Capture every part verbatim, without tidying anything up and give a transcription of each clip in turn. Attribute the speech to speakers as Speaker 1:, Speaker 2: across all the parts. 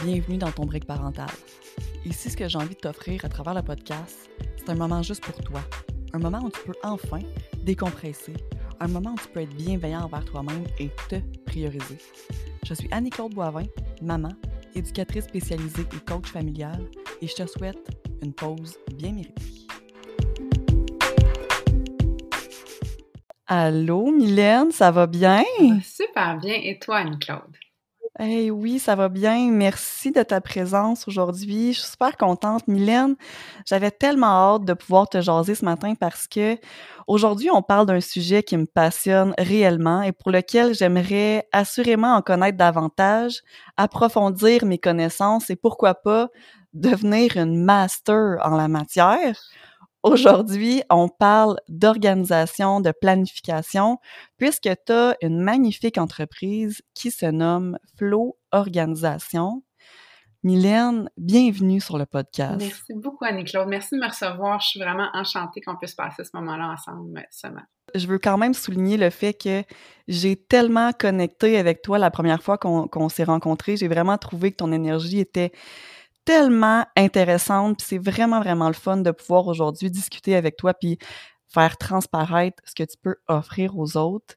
Speaker 1: bienvenue dans ton break parental. Ici, ce que j'ai envie de t'offrir à travers le podcast, c'est un moment juste pour toi. Un moment où tu peux enfin décompresser. Un moment où tu peux être bienveillant envers toi-même et te prioriser. Je suis Annie-Claude Boivin, maman, éducatrice spécialisée et coach familial, et je te souhaite une pause bien méritée. Allô, Mylène, ça va bien?
Speaker 2: Ça va super bien. Et toi, Annie-Claude?
Speaker 1: Hey, oui, ça va bien. Merci de ta présence aujourd'hui. Je suis super contente. Mylène, j'avais tellement hâte de pouvoir te jaser ce matin parce que aujourd'hui, on parle d'un sujet qui me passionne réellement et pour lequel j'aimerais assurément en connaître davantage, approfondir mes connaissances et pourquoi pas devenir une master en la matière. Aujourd'hui, on parle d'organisation, de planification, puisque tu as une magnifique entreprise qui se nomme Flow Organisation. Mylène, bienvenue sur le podcast.
Speaker 2: Merci beaucoup, Annie-Claude. Merci de me recevoir. Je suis vraiment enchantée qu'on puisse passer ce moment-là ensemble ce matin.
Speaker 1: Je veux quand même souligner le fait que j'ai tellement connecté avec toi la première fois qu'on, qu'on s'est rencontrés. J'ai vraiment trouvé que ton énergie était tellement intéressante, puis c'est vraiment, vraiment le fun de pouvoir aujourd'hui discuter avec toi puis faire transparaître ce que tu peux offrir aux autres.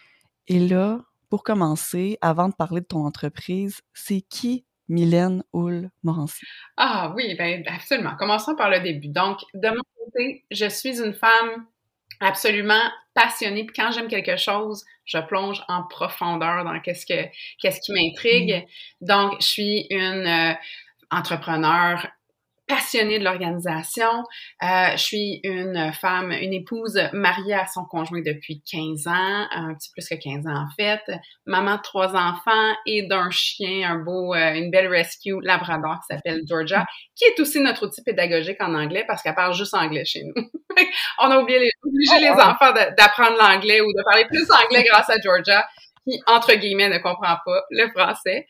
Speaker 1: Et là, pour commencer, avant de parler de ton entreprise, c'est qui Mylène Houle-Morancy?
Speaker 2: Ah oui, bien absolument. Commençons par le début. Donc, de mon côté, je suis une femme absolument passionnée, puis quand j'aime quelque chose, je plonge en profondeur dans qu'est-ce que qu'est-ce qui m'intrigue. Mmh. Donc, je suis une euh, entrepreneur passionnée de l'organisation. Euh, je suis une femme, une épouse mariée à son conjoint depuis quinze ans, un petit plus que quinze ans en fait, maman de trois enfants et d'un chien, un beau, euh, une belle rescue labrador qui s'appelle Georgia, qui est aussi notre outil pédagogique en anglais parce qu'elle parle juste anglais chez nous. On a oublié les, obligé les enfants de, d'apprendre l'anglais ou de parler plus anglais grâce à Georgia, qui, entre guillemets, ne comprend pas le français.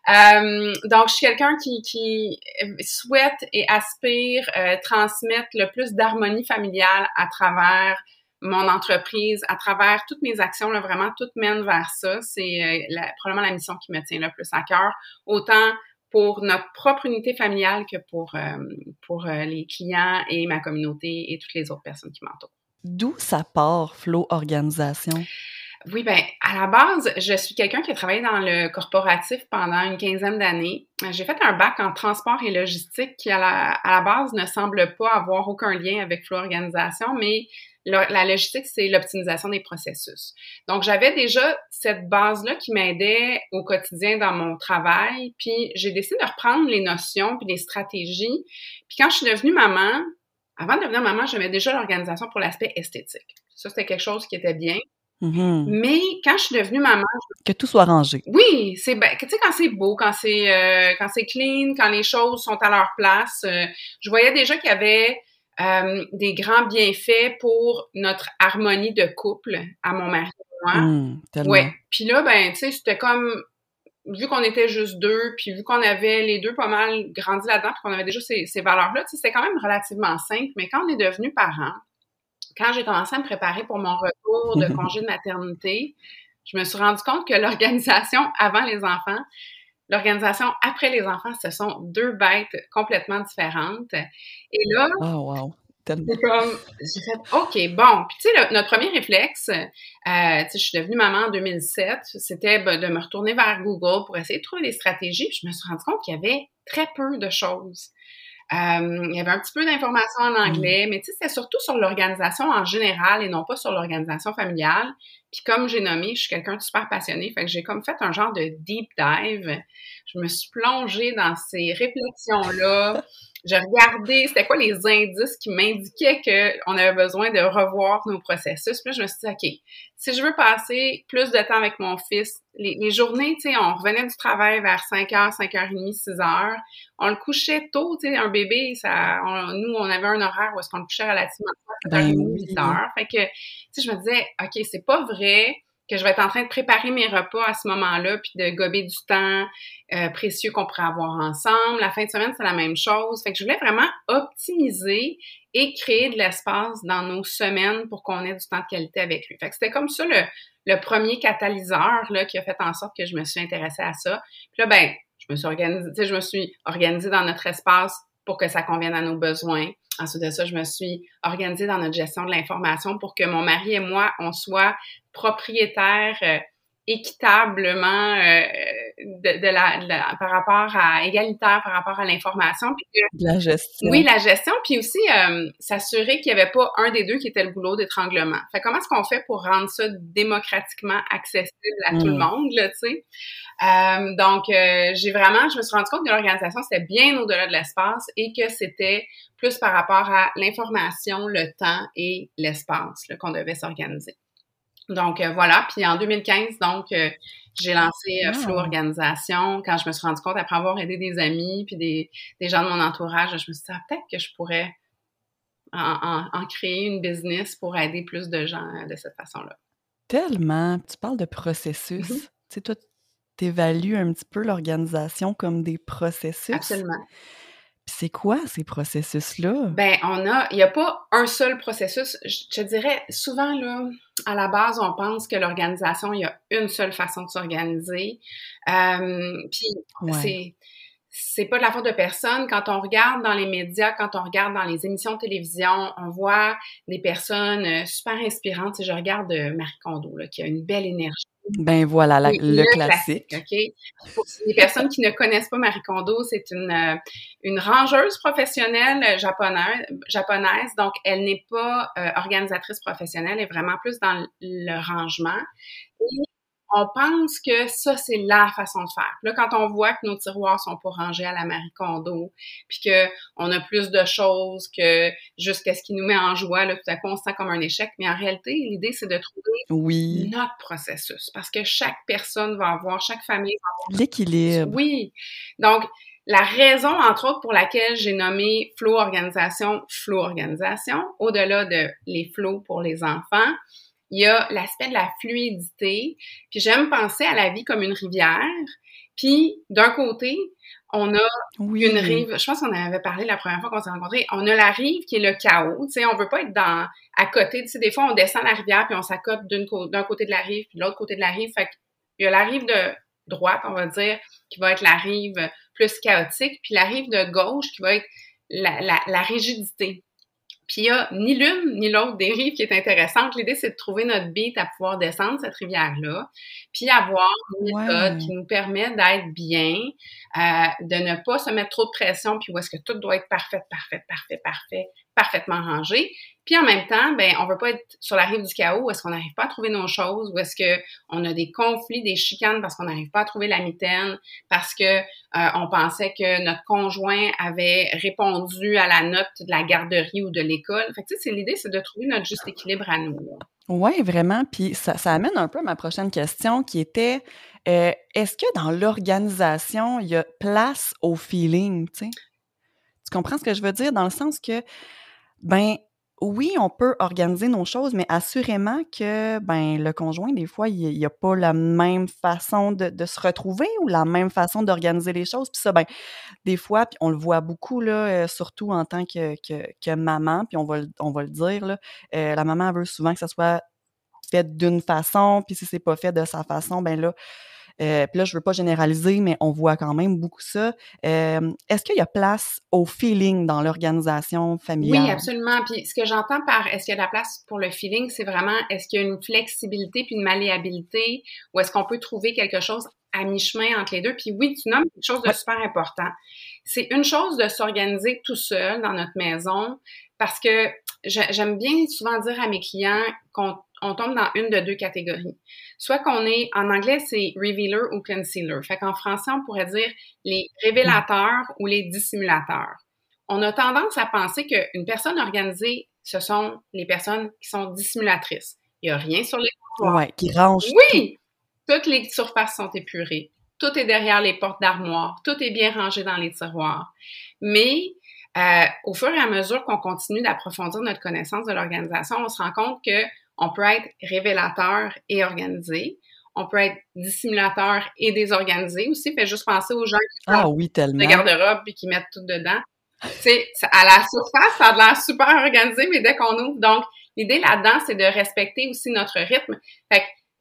Speaker 2: Euh, donc, je suis quelqu'un qui, qui souhaite et aspire euh, transmettre le plus d'harmonie familiale à travers mon entreprise, à travers toutes mes actions, là, vraiment, toutes mènent vers ça. C'est euh, la, probablement la mission qui me tient le plus à cœur, autant pour notre propre unité familiale que pour, euh, pour euh, les clients et ma communauté et toutes les autres personnes qui m'entourent.
Speaker 1: D'où ça part, Flow Organisation?
Speaker 2: Oui, ben à la base, je suis quelqu'un qui a travaillé dans le corporatif pendant une quinzaine d'années. J'ai fait un bac en transport et logistique qui, à la, à la base, ne semble pas avoir aucun lien avec Flow Organisation, mais la, la logistique, c'est l'optimisation des processus. Donc, j'avais déjà cette base-là qui m'aidait au quotidien dans mon travail, puis j'ai décidé de reprendre les notions puis les stratégies. Puis quand je suis devenue maman, avant de devenir maman, j'aimais déjà l'organisation pour l'aspect esthétique. Ça, c'était quelque chose qui était bien. Mm-hmm. Mais quand je suis devenue maman... Je...
Speaker 1: Que tout soit rangé.
Speaker 2: Oui, c'est ben, tu sais, quand c'est beau, quand c'est euh, quand c'est clean, quand les choses sont à leur place, euh, je voyais déjà qu'il y avait euh, des grands bienfaits pour notre harmonie de couple à mon mari et moi.
Speaker 1: Mmh, tellement.
Speaker 2: Ouais. Puis là, ben, tu sais, c'était comme... Vu qu'on était juste deux, puis vu qu'on avait les deux pas mal grandi là-dedans, puis qu'on avait déjà ces, ces valeurs-là, tu sais, c'était quand même relativement simple. Mais quand on est devenus parents, quand j'ai commencé à me préparer pour mon retour de congé de maternité, je me suis rendu compte que l'organisation avant les enfants, l'organisation après les enfants, ce sont deux bêtes complètement différentes. Et là,
Speaker 1: oh, wow.
Speaker 2: c'est comme, j'ai fait, OK, bon. Puis tu sais, notre premier réflexe, euh, tu sais, je suis devenue maman en deux mille sept, c'était ben, de me retourner vers Google pour essayer de trouver des stratégies. Puis je me suis rendu compte qu'il y avait très peu de choses. Euh, il y avait un petit peu d'informations en anglais, mmh. mais tu sais, c'était surtout sur l'organisation en général et non pas sur l'organisation familiale. Puis comme j'ai nommé, je suis quelqu'un de super passionné, fait que j'ai comme fait un genre de deep dive. Je me suis plongée dans ces réflexions-là. J'ai regardé, c'était quoi les indices qui m'indiquaient qu'on avait besoin de revoir nos processus. Puis là, je me suis dit, OK, si je veux passer plus de temps avec mon fils, les, les journées, tu sais, on revenait du travail vers cinq heures, cinq heures trente, six heures. On le couchait tôt, tu sais, un bébé, ça, on, nous, on avait un horaire où est-ce qu'on le couchait relativement tôt, sept heures trente, huit heures. Fait que, tu sais, je me disais, OK, c'est pas vrai que je vais être en train de préparer mes repas à ce moment-là, puis de gober du temps euh, précieux qu'on pourrait avoir ensemble. La fin de semaine, c'est la même chose. Fait que je voulais vraiment optimiser et créer de l'espace dans nos semaines pour qu'on ait du temps de qualité avec lui. Fait que c'était comme ça le, le premier catalyseur là, qui a fait en sorte que je me suis intéressée à ça. Puis là, ben, je me suis organisée, tu sais, je me suis organisée dans notre espace pour que ça convienne à nos besoins. Ensuite de ça, je me suis organisée dans notre gestion de l'information pour que mon mari et moi, on soit propriétaires euh, équitablement euh, de, de, la, de la par rapport à égalitaire par rapport à l'information. Puis que,
Speaker 1: de la gestion.
Speaker 2: Oui, la gestion, puis aussi euh, s'assurer qu'il n'y avait pas un des deux qui était le goulot d'étranglement. Fait comment est-ce qu'on fait pour rendre ça démocratiquement accessible à mmh. tout le monde, là, tu sais? Euh, donc, euh, j'ai vraiment, je me suis rendu compte que l'organisation, c'était bien au-delà de l'espace et que c'était plus par rapport à l'information, le temps et l'espace là, qu'on devait s'organiser. Donc, euh, voilà. Puis en deux mille quinze, donc, euh, j'ai lancé euh, Flow Organisation. Quand je me suis rendu compte, après avoir aidé des amis puis des, des gens de mon entourage, je me suis dit, ah, peut-être que je pourrais en, en, en créer une business pour aider plus de gens euh, de cette façon-là.
Speaker 1: Tellement. Tu parles de processus. Mm-hmm. Tu sais, toi, tu évalues un petit peu l'organisation comme des processus.
Speaker 2: Absolument.
Speaker 1: Puis c'est quoi ces processus-là?
Speaker 2: Ben, on a, il n'y a pas un seul processus. Je te dirais, souvent, là, à la base, on pense que l'organisation, il y a une seule façon de s'organiser. Euh, puis, ouais. c'est, c'est pas de la faute de personne. Quand on regarde dans les médias, quand on regarde dans les émissions de télévision, on voit des personnes super inspirantes. Tu sais, je regarde Marie Kondo, là, qui a une belle énergie.
Speaker 1: Ben voilà, la, le, le classique.
Speaker 2: classique OK? Pour les personnes qui ne connaissent pas Marie Kondo, c'est une, euh, une rangeuse professionnelle japonaise, japonaise. Donc, elle n'est pas euh, organisatrice professionnelle, elle est vraiment plus dans le rangement. Et on pense que ça, c'est la façon de faire. Là, quand on voit que nos tiroirs sont pas rangés à la Marie Kondo, puis que on a plus de choses que juste ce qui nous met en joie, là, tout à coup, on se sent comme un échec. Mais en réalité, l'idée, c'est de trouver
Speaker 1: oui.
Speaker 2: notre processus. Parce que chaque personne va avoir, chaque famille va avoir...
Speaker 1: L'équilibre.
Speaker 2: Oui. Donc, la raison, entre autres, pour laquelle j'ai nommé Flow Organisation, Flow Organisation, au-delà de les flows pour les enfants, il y a l'aspect de la fluidité, puis j'aime penser à la vie comme une rivière, puis d'un côté, on a oui. une rive, je pense qu'on en avait parlé la première fois qu'on s'est rencontrés, on a la rive qui est le chaos, tu sais, on veut pas être dans à côté, tu sais, des fois on descend la rivière puis on s'accote d'une d'un côté de la rive puis de l'autre côté de la rive, fait qu'il y a la rive de droite, on va dire, qui va être la rive plus chaotique, puis la rive de gauche qui va être la, la, la rigidité. Puis il y a ni l'une ni l'autre des rives qui est intéressante. L'idée, c'est de trouver notre beat à pouvoir descendre cette rivière-là, puis avoir une méthode ouais. qui nous permet d'être bien, euh, de ne pas se mettre trop de pression, puis où est-ce que tout doit être parfait, parfait, parfait, parfait, parfaitement rangé. Puis en même temps, ben on veut pas être sur la rive du chaos où est-ce qu'on n'arrive pas à trouver nos choses, où est-ce que on a des conflits, des chicanes parce qu'on n'arrive pas à trouver la mitaine, parce que euh, on pensait que notre conjoint avait répondu à la note de la garderie ou de l'école. Fait que tu sais, c'est l'idée, c'est de trouver notre juste équilibre à nous.
Speaker 1: Oui, vraiment. Puis ça, ça amène un peu à ma prochaine question qui était euh, est-ce que dans l'organisation, il y a place au feeling, tu sais? Tu comprends ce que je veux dire? Dans le sens que, ben, oui, on peut organiser nos choses, mais assurément que ben le conjoint, des fois, il n'y a pas la même façon de, de se retrouver ou la même façon d'organiser les choses. Puis ça, ben, des fois, puis on le voit beaucoup, là, euh, surtout en tant que, que, que maman, puis on va, on va le dire, là, euh, la maman veut souvent que ça soit fait d'une façon, puis si c'est pas fait de sa façon, ben là, Euh, puis là, je veux pas généraliser, mais on voit quand même beaucoup ça. Euh, est-ce qu'il y a place au feeling dans l'organisation familiale?
Speaker 2: Oui, absolument. Puis ce que j'entends par est-ce qu'il y a de la place pour le feeling, c'est vraiment est-ce qu'il y a une flexibilité puis une malléabilité ou est-ce qu'on peut trouver quelque chose à mi-chemin entre les deux? Puis oui, tu nommes quelque chose de ouais. super important. C'est une chose de s'organiser tout seul dans notre maison parce que j'aime bien souvent dire à mes clients qu'on on tombe dans une de deux catégories. Soit qu'on est, en anglais, c'est revealer ou concealer. Fait qu'en français, on pourrait dire les révélateurs mmh. ou les dissimulateurs. On a tendance à penser qu'une personne organisée, ce sont les personnes qui sont dissimulatrices. Il n'y a rien sur les comptoirs.
Speaker 1: Ouais, qui rangent
Speaker 2: Oui! Tout. Toutes les surfaces sont épurées. Tout est derrière les portes d'armoire. Tout est bien rangé dans les tiroirs. Mais euh, au fur et à mesure qu'on continue d'approfondir notre connaissance de l'organisation, on se rend compte que on peut être révélateur et organisé. On peut être dissimulateur et désorganisé aussi. Fait juste penser aux gens qui
Speaker 1: ah, oui, tellement.
Speaker 2: de garde-robe et qui mettent tout dedans. Tu sais, à la surface, ça a l'air super organisé, mais dès qu'on ouvre. Donc, l'idée là-dedans, c'est de respecter aussi notre rythme. Fait que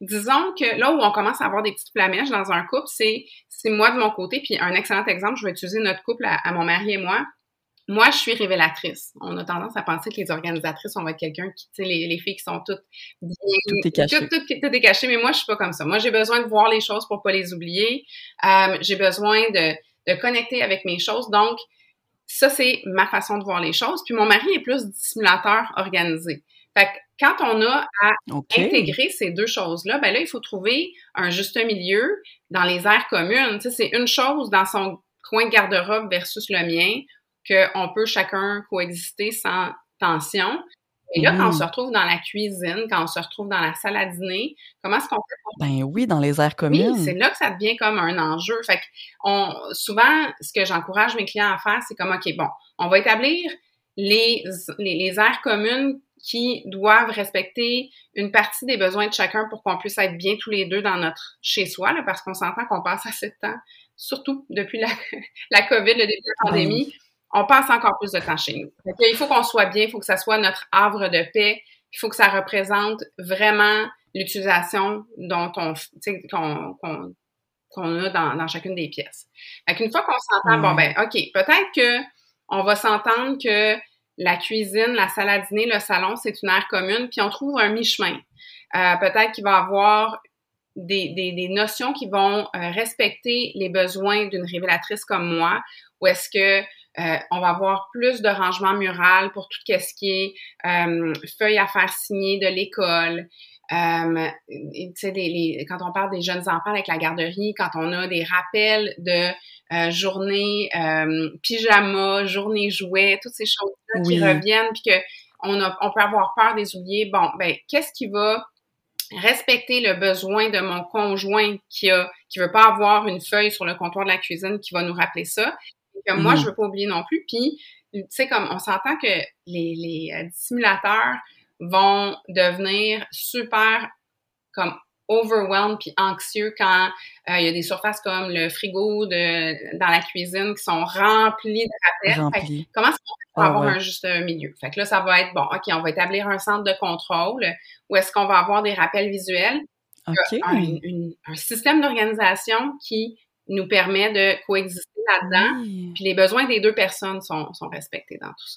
Speaker 2: disons que là où on commence à avoir des petites flamèches dans un couple, c'est, c'est moi de mon côté, puis un excellent exemple, je vais utiliser notre couple à, à mon mari et moi. Moi, je suis révélatrice. On a tendance à penser que les organisatrices, on va être quelqu'un qui, tu sais, les, les filles qui sont toutes bien...
Speaker 1: Tout est caché.
Speaker 2: Tout, tout, tout est caché, mais moi, je suis pas comme ça. Moi, j'ai besoin de voir les choses pour pas les oublier. Euh, j'ai besoin de, de connecter avec mes choses. Donc, ça, c'est ma façon de voir les choses. Puis mon mari est plus dissimulateur organisé. Fait que quand on a à okay. intégrer ces deux choses-là, ben là, il faut trouver un juste milieu dans les aires communes. Tu sais, c'est une chose dans son coin de garde-robe versus le mien, qu'on peut chacun coexister sans tension. Et là, mmh. quand on se retrouve dans la cuisine, quand on se retrouve dans la salle à dîner, comment est-ce qu'on fait?
Speaker 1: Ben oui, dans les aires communes.
Speaker 2: Oui, c'est là que ça devient comme un enjeu. Fait que on, souvent, ce que j'encourage mes clients à faire, c'est comme, OK, bon, on va établir les, les, les aires communes qui doivent respecter une partie des besoins de chacun pour qu'on puisse être bien tous les deux dans notre chez-soi, là, parce qu'on s'entend qu'on passe assez de temps, surtout depuis la, la COVID, le début de la pandémie, ben. on passe encore plus de temps chez nous. Donc, il faut qu'on soit bien, il faut que ça soit notre havre de paix, il faut que ça représente vraiment l'utilisation dont on, tu sais, qu'on, qu'on, qu'on a dans, dans chacune des pièces. Fait qu'une fois qu'on s'entend, mmh. bon ben, OK, peut-être que on va s'entendre que la cuisine, la salle à dîner, le salon, c'est une aire commune, puis on trouve un mi-chemin. Euh, peut-être qu'il va y avoir des, des, des notions qui vont euh, respecter les besoins d'une révélatrice comme moi, ou est-ce que euh, on va avoir plus de rangement mural pour tout ce qui est euh, feuilles à faire signer de l'école. Euh, tu sais, les, les, quand on parle des jeunes enfants avec la garderie, quand on a des rappels de euh, journée euh, pyjama, journée jouet, toutes ces choses-là oui. qui reviennent, puis que on, a, on peut avoir peur des oublier. Bon, ben, qu'est-ce qui va respecter le besoin de mon conjoint qui a qui veut pas avoir une feuille sur le comptoir de la cuisine qui va nous rappeler ça, et que moi, mmh. je veux pas oublier non plus. Puis, tu sais, comme on s'entend que les, les euh, dissimulateurs vont devenir super comme overwhelmed puis anxieux quand euh, il y a des surfaces comme le frigo de dans la cuisine qui sont remplies de rappels. Rempli. Comment est-ce qu'on fait pour ah, avoir ouais. un juste milieu? Fait que là, ça va être, bon, OK, on va établir un centre de contrôle où est-ce qu'on va avoir des rappels visuels.
Speaker 1: Okay.
Speaker 2: Un, une, un système d'organisation qui nous permet de coexister là-dedans. Oui. Puis les besoins des deux personnes sont, sont respectés dans tout ça.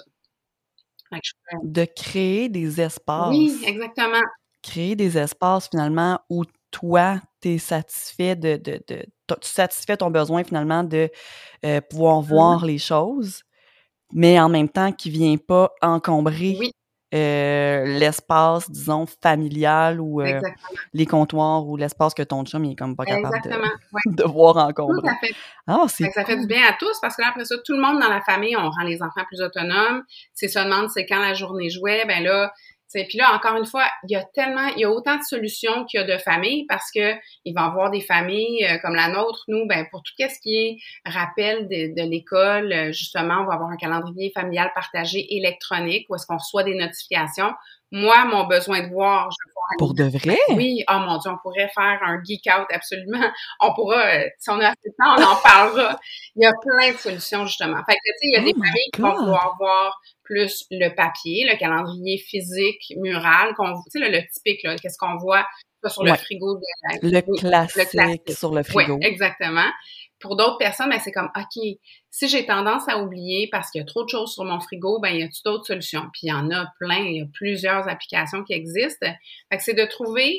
Speaker 1: De créer des espaces.
Speaker 2: Oui, exactement.
Speaker 1: Créer des espaces, finalement, où toi, t'es satisfait de, de, de, de tu satisfais ton besoin, finalement, de euh, pouvoir voir mmh. les choses, mais en même temps, qui vient pas encombrer
Speaker 2: oui.
Speaker 1: euh, l'espace, disons, familial ou euh, les comptoirs ou l'espace que ton chum il est comme pas capable de, ouais. de voir encombrer.
Speaker 2: Ça fait,
Speaker 1: ah, c'est
Speaker 2: ça
Speaker 1: cool.
Speaker 2: fait du bien à tous parce que là, après ça, tout le monde dans la famille, on rend les enfants plus autonomes. Si se demande c'est quand la journée jouait, ben là, puis là, encore une fois, il y a tellement, il y a autant de solutions qu'il y a de familles parce que il va y avoir des familles euh, comme la nôtre. Nous, ben pour tout ce qui est rappel de, de l'école, justement, on va avoir un calendrier familial partagé électronique où est-ce qu'on reçoit des notifications. Moi, mon besoin de voir, je vais voir
Speaker 1: Pour de vrai?
Speaker 2: Oui, oh mon Dieu, on pourrait faire un geek out absolument. On pourra, euh, si on a assez de temps, on en parlera. Il y a plein de solutions, justement. Fait que, tu sais, il y a oh des familles qui vont pouvoir voir plus le papier, le calendrier physique, mural, qu'on, tu sais, le, le typique, là, qu'est-ce qu'on voit sur ouais. le frigo. De la,
Speaker 1: le, oui, classique le classique sur le frigo.
Speaker 2: Oui, exactement. Pour d'autres personnes, ben, c'est comme, OK, si j'ai tendance à oublier parce qu'il y a trop de choses sur mon frigo, ben, il y a d'autres solutions. Puis il y en a plein, il y a plusieurs applications qui existent. Fait que c'est de trouver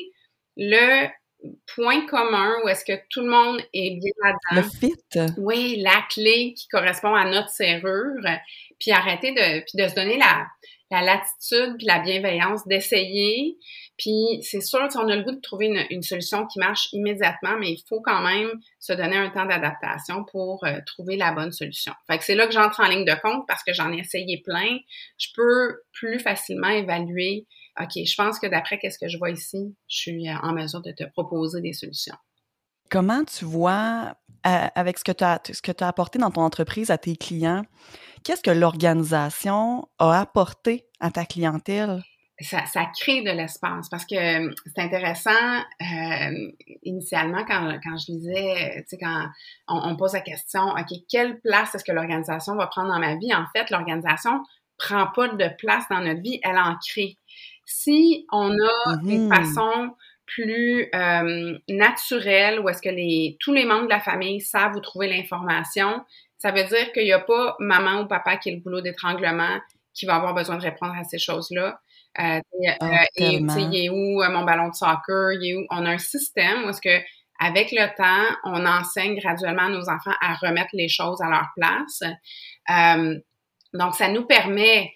Speaker 2: le point commun où est-ce que tout le monde est bien là-dedans.
Speaker 1: Le fit.
Speaker 2: Oui, la clé qui correspond à notre serrure. Puis arrêter de, puis de se donner la, la latitude puis la bienveillance d'essayer. Puis c'est sûr, on a le goût de trouver une, une solution qui marche immédiatement, mais il faut quand même se donner un temps d'adaptation pour euh, trouver la bonne solution. Fait que c'est là que j'entre en ligne de compte parce que j'en ai essayé plein. Je peux plus facilement évaluer, OK, je pense que d'après qu'est-ce que je vois ici, je suis en mesure de te proposer des solutions.
Speaker 1: Comment tu vois, euh, avec ce que tu as, ce que tu as apporté dans ton entreprise à tes clients, qu'est-ce que l'organisation a apporté à ta clientèle?
Speaker 2: Ça, ça crée de l'espace parce que c'est intéressant. Euh, initialement, quand, quand je lisais, tu sais, quand on, on pose la question, OK, quelle place est-ce que l'organisation va prendre dans ma vie? En fait, l'organisation prend pas de place dans notre vie, elle en crée. Si on a mmh. une façon plus euh, naturel, où est-ce que les tous les membres de la famille savent où trouver l'information. Ça veut dire qu'il n'y a pas maman ou papa qui est le goulot d'étranglement qui va avoir besoin de répondre à ces choses-là. Euh,
Speaker 1: Ah,
Speaker 2: euh, et tu sais,
Speaker 1: tellement.
Speaker 2: il est où euh, mon ballon de soccer? Il est où? On a un système où est-ce que avec le temps, on enseigne graduellement à nos enfants à remettre les choses à leur place. Euh, donc, ça nous permet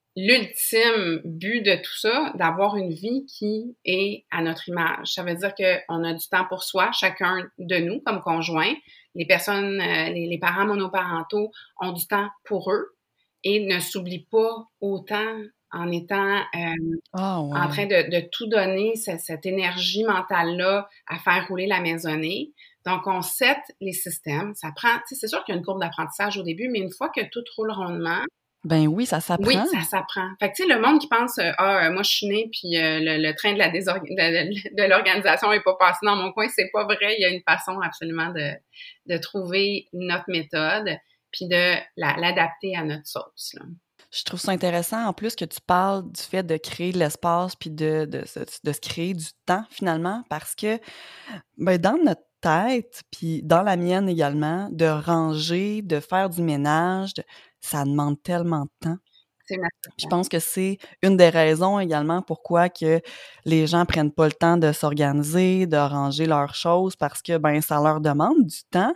Speaker 2: l'ultime but de tout ça, d'avoir une vie qui est à notre image. Ça veut dire qu'on a du temps pour soi, chacun de nous comme conjoint. Les personnes, euh, les, les parents monoparentaux ont du temps pour eux et ne s'oublient pas autant en étant euh,
Speaker 1: Ah
Speaker 2: en train
Speaker 1: ouais.
Speaker 2: de, de tout donner, cette, cette énergie mentale-là à faire rouler la maisonnée. Donc, on set les systèmes. Ça prend, tu sais, c'est sûr qu'il y a une courbe d'apprentissage au début, mais une fois que tout roule rondement,
Speaker 1: Ben oui, ça
Speaker 2: oui,
Speaker 1: s'apprend.
Speaker 2: ça s'apprend. Fait que, tu sais, le monde qui pense, euh, ah, euh, moi, je suis née, puis euh, le, le train de la désorg- de, de- de l'organisation est pas passé dans mon coin, c'est pas vrai. Il y a une façon absolument de, de trouver notre méthode, puis de la- l'adapter à notre sauce, là.
Speaker 1: Je trouve ça intéressant en plus que tu parles du fait de créer de l'espace puis de, de, se, de se créer du temps finalement parce que ben, dans notre tête, puis dans la mienne également, de ranger, de faire du ménage, de- ça demande tellement de temps.
Speaker 2: C'est
Speaker 1: Je
Speaker 2: naturel.
Speaker 1: pense que c'est une des raisons également pourquoi que les gens prennent pas le temps de s'organiser, de ranger leurs choses parce que ben ça leur demande du temps.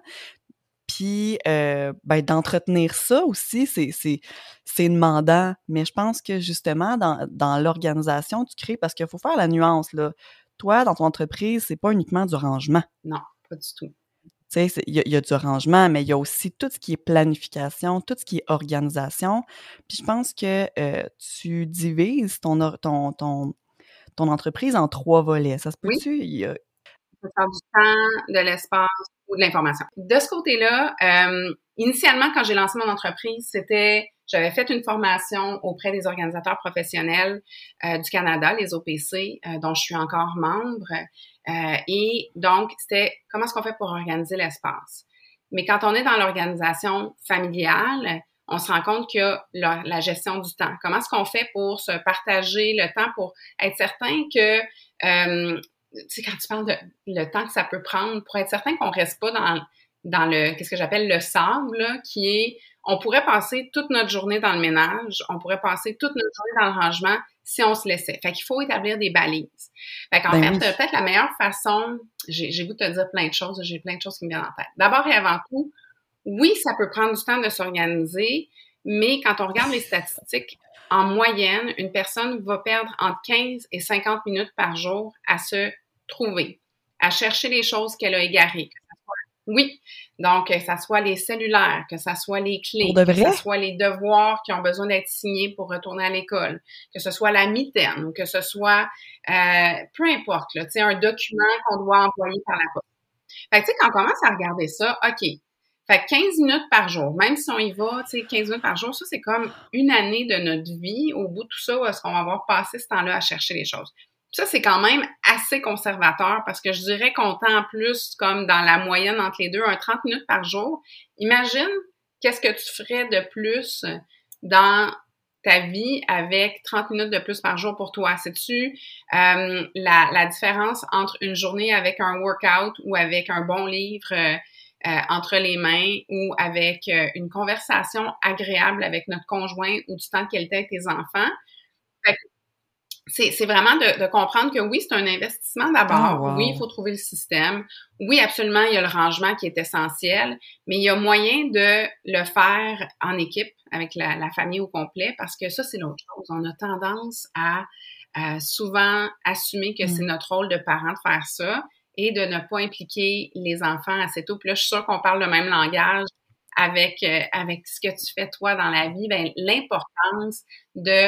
Speaker 1: Puis euh, ben d'entretenir ça aussi, c'est c'est c'est demandant. Mais je pense que justement dans dans l'organisation, tu crées parce qu'il faut faire la nuance là. Toi, dans ton entreprise, c'est pas uniquement du rangement.
Speaker 2: Non, pas du tout.
Speaker 1: Tu sais, c'est il y a il y a du rangement, mais il y a aussi tout ce qui est planification, tout ce qui est organisation. Puis je pense que, heu, tu divises ton or ton ton ton entreprise en trois volets. Ça se
Speaker 2: Oui,
Speaker 1: peut-tu? Il y a
Speaker 2: peut faire du temps, de l'espace ou de l'information. De ce côté-là, euh, initialement, quand j'ai lancé mon entreprise, c'était, j'avais fait une formation auprès des organisateurs professionnels euh, du Canada, les O P C, euh, dont je suis encore membre. Euh, et donc, c'était comment est-ce qu'on fait pour organiser l'espace. Mais quand on est dans l'organisation familiale, on se rend compte qu'il y a la, la gestion du temps. Comment est-ce qu'on fait pour se partager le temps, pour être certain que euh, tu sais, quand tu parles de le temps que ça peut prendre, pour être certain qu'on reste pas dans, dans le, qu'est-ce que j'appelle le sable, là, qui est, on pourrait passer toute notre journée dans le ménage, on pourrait passer toute notre journée dans le rangement si on se laissait. Fait qu'il faut établir des balises. Fait qu'en
Speaker 1: ben
Speaker 2: fait,
Speaker 1: oui.
Speaker 2: euh, peut-être la meilleure façon, j'ai, j'ai goût de te dire plein de choses, j'ai plein de choses qui me viennent en tête. D'abord et avant tout, oui, ça peut prendre du temps de s'organiser, mais quand on regarde les statistiques, en moyenne, une personne va perdre entre quinze et cinquante minutes par jour à se trouver, à chercher les choses qu'elle a égarées. Oui, donc que ça soit les cellulaires, que ça soit les
Speaker 1: Pour
Speaker 2: clés,
Speaker 1: de
Speaker 2: que ça
Speaker 1: vrai?
Speaker 2: soit les devoirs qui ont besoin d'être signés pour retourner à l'école, que ce soit la mitaine, ou que ce soit euh, peu importe, là, tu sais, un document qu'on doit envoyer par la poste. Fait que tu sais, quand on commence à regarder ça, OK. Fait que quinze minutes par jour, même si on y va, tu sais, quinze minutes par jour, ça, c'est comme une année de notre vie au bout de tout ça où est-ce qu'on va avoir passé ce temps-là à chercher les choses. Ça, c'est quand même assez conservateur parce que je dirais qu'on tend plus comme dans la moyenne entre les deux, un trente minutes par jour. Imagine qu'est-ce que tu ferais de plus dans ta vie avec trente minutes de plus par jour pour toi. Sais-tu euh, la, la différence entre une journée avec un workout ou avec un bon livre euh, euh, entre les mains ou avec euh, une conversation agréable avec notre conjoint ou du temps de qualité avec tes enfants? Fait que c'est, c'est vraiment de, de comprendre que oui, c'est un investissement
Speaker 1: Ah
Speaker 2: d'abord. Oui, il
Speaker 1: wow!
Speaker 2: faut trouver le système. Oui, absolument, il y a le rangement qui est essentiel, mais il y a moyen de le faire en équipe avec la, la famille au complet parce que ça, c'est l'autre chose. On a tendance à, à souvent assumer que c'est
Speaker 1: Mmh.
Speaker 2: notre rôle de parent de faire ça et de ne pas impliquer les enfants assez tôt. Puis là, je suis sûre qu'on parle le même langage avec, euh, avec ce que tu fais toi dans la vie. Ben, l'importance de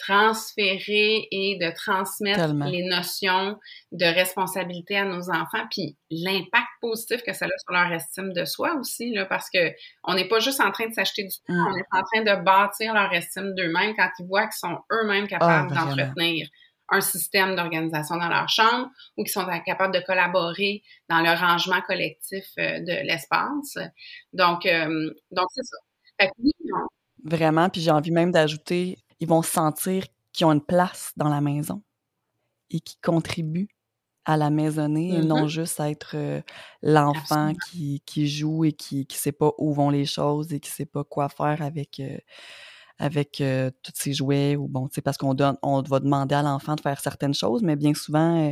Speaker 2: transférer et de transmettre
Speaker 1: Tellement.
Speaker 2: les notions de responsabilité à nos enfants, puis l'impact positif que ça a sur leur estime de soi aussi, là, parce que on n'est pas juste en train de s'acheter du temps,
Speaker 1: Mmh.
Speaker 2: on est en train de bâtir leur estime d'eux-mêmes quand ils voient qu'ils sont eux-mêmes
Speaker 1: Ah
Speaker 2: capables
Speaker 1: vraiment.
Speaker 2: d'entretenir un système d'organisation dans leur chambre ou qu'ils sont capables de collaborer dans le rangement collectif euh, de l'espace. Donc, euh, donc c'est ça. Fait que oui, on-
Speaker 1: Vraiment, puis j'ai envie même d'ajouter, ils vont sentir qu'ils ont une place dans la maison et qu'ils contribuent à la maisonnée et non
Speaker 2: Mmh
Speaker 1: juste à être, heu, l'enfant
Speaker 2: Absolument.
Speaker 1: qui qui joue et qui qui sait pas où vont les choses et qui sait pas quoi faire avec, heu, avec, heu, tous ses jouets ou bon, tu sais, parce qu'on donne on va demander à l'enfant de faire certaines choses, mais bien souvent, heu,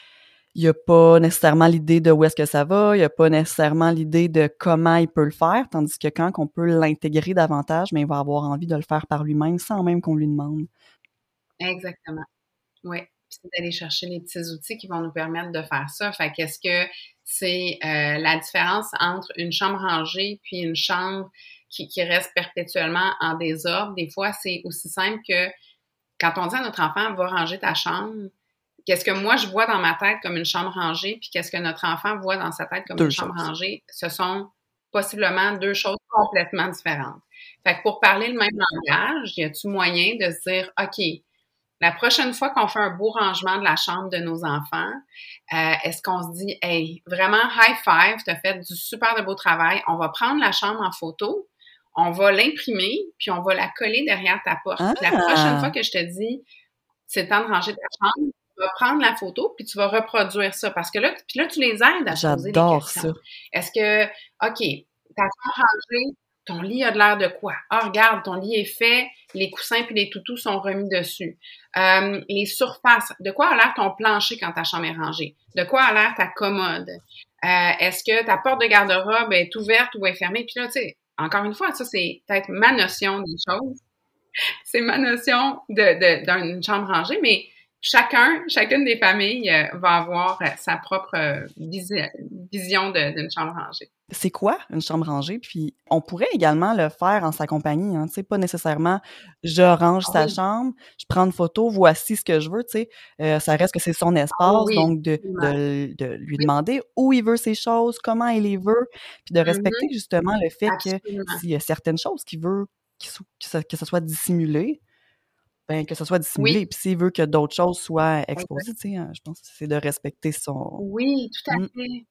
Speaker 1: il y a pas nécessairement l'idée de où est-ce que ça va, il y a pas nécessairement l'idée de comment il peut le faire, tandis que quand on peut l'intégrer davantage, mais il va avoir envie de le faire par lui-même sans même qu'on lui demande.
Speaker 2: Exactement. Oui, puis c'est d'aller chercher les petits outils qui vont nous permettre de faire ça. Fait qu'est-ce que c'est euh, la différence entre une chambre rangée puis une chambre qui, qui reste perpétuellement en désordre? Des fois, c'est aussi simple que quand on dit à notre enfant, va ranger ta chambre, qu'est-ce que moi je vois dans ma tête comme une chambre rangée, puis qu'est-ce que notre enfant voit dans sa tête comme une
Speaker 1: deux
Speaker 2: chambre
Speaker 1: choses.
Speaker 2: rangée, ce sont possiblement deux choses complètement différentes. Fait que pour parler le même langage, y a-tu moyen de se dire, OK, la prochaine fois qu'on fait un beau rangement de la chambre de nos enfants, euh, est-ce qu'on se dit, hey, vraiment high five, t'as fait du super de beau travail, on va prendre la chambre en photo, on va l'imprimer, puis on va la coller derrière ta porte. Puis la prochaine fois
Speaker 1: Ah!
Speaker 2: que je te dis, c'est le temps de ranger ta chambre, tu vas prendre la photo, puis tu vas reproduire ça. Parce que là, puis là, tu les aides à se poser des
Speaker 1: J'adore
Speaker 2: questions.
Speaker 1: ça.
Speaker 2: Est-ce que, OK, ta chambre rangée, ton lit a de l'air de quoi? Ah, regarde, ton lit est fait, les coussins puis les toutous sont remis dessus. Euh, les surfaces, de quoi a l'air ton plancher quand ta chambre est rangée? De quoi a l'air ta commode? Euh, est-ce que ta porte de garde-robe est ouverte ou est fermée? Puis là, tu sais, encore une fois, ça, c'est peut-être ma notion des choses. C'est ma notion de, de, d'une chambre rangée, mais chacun, chacune des familles euh, va avoir euh, sa propre euh, visi- vision de, d'une chambre rangée.
Speaker 1: C'est quoi une chambre rangée? Puis on pourrait également le faire en sa compagnie, hein, tu sais, pas nécessairement je range
Speaker 2: Ah
Speaker 1: sa
Speaker 2: oui,
Speaker 1: chambre, je prends une photo, voici ce que je veux, tu sais. Heu, ça reste que c'est son
Speaker 2: ah
Speaker 1: espace,
Speaker 2: oui,
Speaker 1: donc de
Speaker 2: absolument.
Speaker 1: de de lui
Speaker 2: Oui,
Speaker 1: demander où il veut ses choses, comment il les veut, puis de respecter
Speaker 2: mhm,
Speaker 1: justement le fait que
Speaker 2: absolument.
Speaker 1: s'il y a certaines choses qu'il veut qui sou que ça que ça soit dissimulé, ben, que ça soit dissimulé.
Speaker 2: Oui,
Speaker 1: Puis s'il veut que d'autres choses soient
Speaker 2: exact.
Speaker 1: exposées, tu sais, hein, je pense que c'est de respecter son
Speaker 2: Oui, tout à
Speaker 1: mmh,
Speaker 2: fait.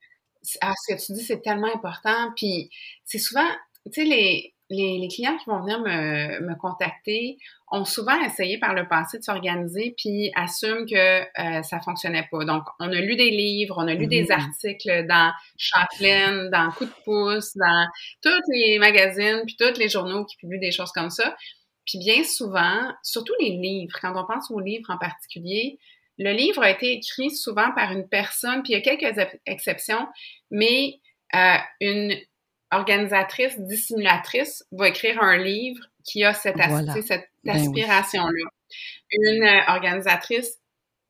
Speaker 2: Ah, ce que tu dis, c'est tellement important. Puis c'est souvent, tu sais, les, les, les clients qui vont venir me, me contacter ont souvent essayé par le passé de s'organiser puis assument que euh, ça fonctionnait pas. Donc, on a lu des livres, on a lu des
Speaker 1: mmh
Speaker 2: articles dans Chaplin, dans Coup de pouce, dans tous les magazines puis tous les journaux qui publient des choses comme ça. Puis bien souvent, surtout les livres, quand on pense aux livres en particulier, le livre a été écrit souvent par une personne, puis il y a quelques exceptions, mais euh, une organisatrice, dissimulatrice va écrire un livre qui a cette, as
Speaker 1: Voilà.
Speaker 2: cette
Speaker 1: Ben oui.
Speaker 2: aspiration-là. Une euh, organisatrice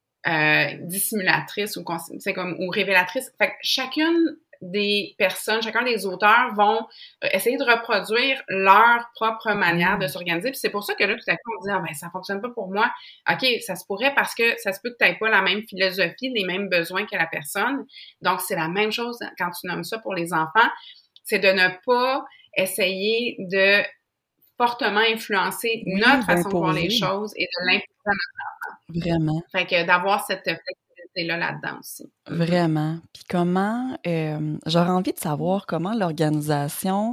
Speaker 2: euh, dissimulatrice ou, c'est comme, ou révélatrice. Fait que chacune des personnes, chacun des auteurs vont essayer de reproduire leur propre manière de
Speaker 1: Mmh.
Speaker 2: s'organiser. Puis c'est pour ça que là, tout à coup, on dit, ah ben, ça fonctionne pas pour moi. OK, ça se pourrait parce que ça se peut que tu n'aies pas la même philosophie, les mêmes besoins que la personne. Donc, c'est la même chose quand tu nommes ça pour les enfants. C'est de ne pas essayer de fortement influencer
Speaker 1: Oui,
Speaker 2: notre façon de voir les
Speaker 1: d'imposer,
Speaker 2: choses et de l'imposer.
Speaker 1: vraiment,
Speaker 2: Fait que d'avoir cette flexibilité-là là-dedans aussi. Mhm.
Speaker 1: vraiment. Puis comment, hem, j'aurais envie de savoir comment l'organisation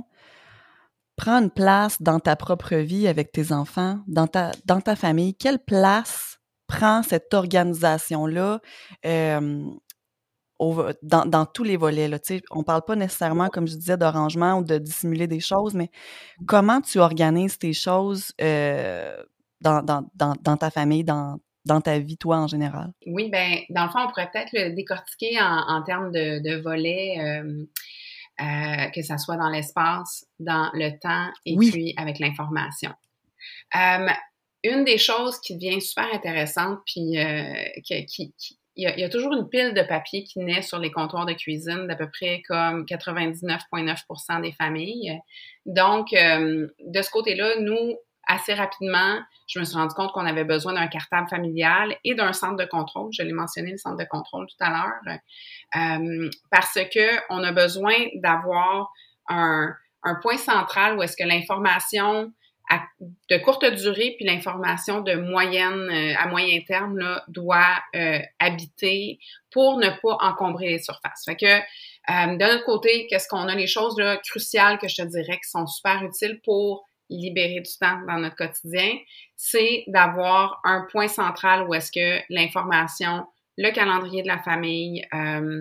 Speaker 1: prend une place dans ta propre vie avec tes enfants, dans ta dans ta famille. Quelle place prend cette organisation-là, hem, au v dans dans tous les volets, là, tu sais? On parle pas nécessairement, comme je disais, de rangement ou de dissimuler des choses, mais comment tu organises tes choses, heu, dans dans dans dans ta famille, dans dans ta vie, toi, en général?
Speaker 2: Oui, ben, dans le fond, on pourrait peut-être le décortiquer en, en termes de, de volets, euh, euh, que ça soit dans l'espace, dans le temps et
Speaker 1: Oui,
Speaker 2: puis avec l'information. Euh, une des choses qui devient super intéressante, puis euh, qui, qui, qui il y, a, il y a toujours une pile de papier qui naît sur les comptoirs de cuisine d'à peu près comme quatre-vingt-dix-neuf virgule neuf pour cent des familles. Donc, euh, de ce côté-là, nous, assez rapidement, je me suis rendu compte qu'on avait besoin d'un cartable familial et d'un centre de contrôle. Je l'ai mentionné, le centre de contrôle tout à l'heure, euh, parce que on a besoin d'avoir un, un point central où est-ce que l'information à, de courte durée puis l'information de moyenne euh, à moyen terme là, doit euh, habiter pour ne pas encombrer les surfaces. Fait que euh, de notre côté, qu'est-ce qu'on a les choses là, cruciales que je te dirais qui sont super utiles pour libérer du temps dans notre quotidien, c'est d'avoir un point central où est-ce que l'information le calendrier de la famille, euh,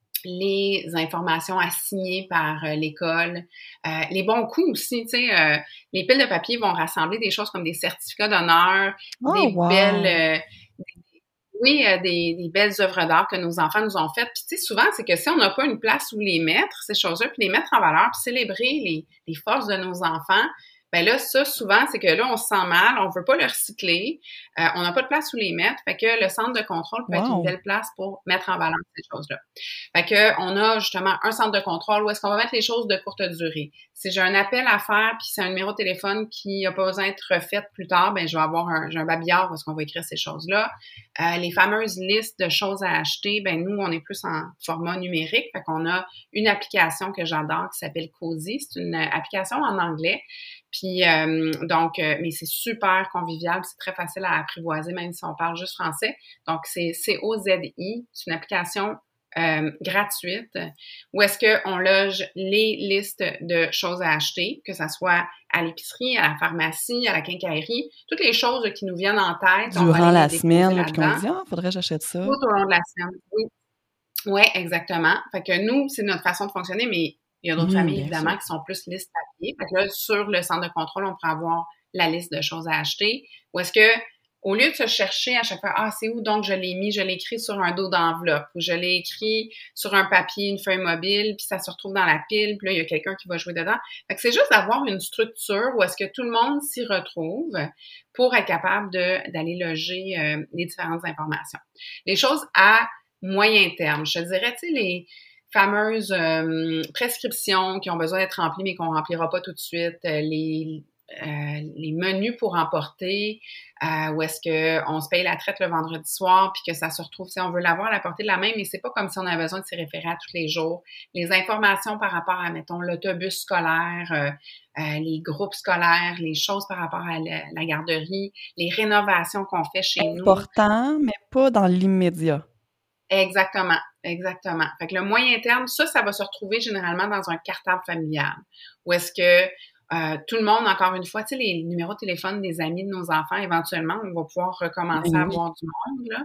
Speaker 2: les informations assignées par euh, l'école, euh, les bons coups aussi, tu sais, euh, les piles de papier vont rassembler des choses comme des certificats d'honneur,
Speaker 1: Oh,
Speaker 2: des belles,
Speaker 1: wow!
Speaker 2: euh, des, oui, euh, des, des belles œuvres d'art que nos enfants nous ont faites. Puis tu sais, souvent, c'est que si on n'a pas une place où les mettre, ces choses-là, puis les mettre en valeur, puis célébrer les, les forces de nos enfants, ben là, ça, souvent, c'est que là, on se sent mal, on veut pas le recycler, euh, on n'a pas de place où les mettre, fait que le centre de contrôle peut être une
Speaker 1: Wow!
Speaker 2: belle place pour mettre en valeur ces choses-là. Fait que on a justement un centre de contrôle où est-ce qu'on va mettre les choses de courte durée. Si j'ai un appel à faire puis c'est un numéro de téléphone qui n'a pas besoin d'être refait plus tard, ben je vais avoir un, j'ai un babillard où est-ce qu'on va écrire ces choses-là. Euh, les fameuses listes de choses à acheter, ben nous, on est plus en format numérique. Fait qu'on a une application que j'adore qui s'appelle Cozy. C'est une application en anglais. Puis euh, donc, euh, mais c'est super convivial, c'est très facile à apprivoiser, même si on parle juste français. Donc, c'est C O Z I, c'est une application euh, gratuite où est-ce qu'on loge les listes de choses à acheter, que ça soit à l'épicerie, à la pharmacie, à la quincaillerie, toutes les choses qui nous viennent en tête, on va
Speaker 1: Durant
Speaker 2: aller les
Speaker 1: la
Speaker 2: déposer
Speaker 1: semaine, là, puis qu'on
Speaker 2: là-dedans.
Speaker 1: dit: «Ah, faudrait que j'achète
Speaker 2: Tout
Speaker 1: ça».
Speaker 2: au long de la semaine, oui. Oui, exactement. Fait que nous, c'est notre façon de fonctionner, mais il y a d'autres
Speaker 1: Mmh,
Speaker 2: familles,
Speaker 1: bien sûr.
Speaker 2: évidemment, qui sont plus liste papier. Fait que là, sur le centre de contrôle, on pourrait avoir la liste de choses à acheter. Ou est-ce que, au lieu de se chercher à chaque fois, ah, c'est où donc je l'ai mis, je l'ai écrit sur un dos d'enveloppe, ou je l'ai écrit sur un papier, une feuille mobile, puis ça se retrouve dans la pile, puis là, il y a quelqu'un qui va jouer dedans. Fait que c'est juste d'avoir une structure où est-ce que tout le monde s'y retrouve pour être capable de, d'aller loger euh, les différentes informations. Les choses à moyen terme, je te dirais, tu sais, les fameuses euh, prescriptions qui ont besoin d'être remplies, mais qu'on remplira pas tout de suite, euh, les Euh, les menus pour emporter, euh, où est-ce qu'on se paye la traite le vendredi soir, puis que ça se retrouve, si on veut l'avoir à la portée de la main, mais c'est pas comme si on avait besoin de s'y référer à tous les jours. Les informations par rapport à, mettons, l'autobus scolaire, euh, euh, les groupes scolaires, les choses par rapport à la, la garderie, les rénovations qu'on fait chez nous.
Speaker 1: Important, mais pas dans l'immédiat.
Speaker 2: Exactement, exactement. Fait que le moyen terme, ça, ça va se retrouver généralement dans un cartable familial, où est-ce que Euh, tout le monde, encore une fois, tu sais, les numéros de téléphone des amis de nos enfants, éventuellement, on va pouvoir recommencer
Speaker 1: Ben
Speaker 2: à
Speaker 1: oui.
Speaker 2: avoir du monde, là.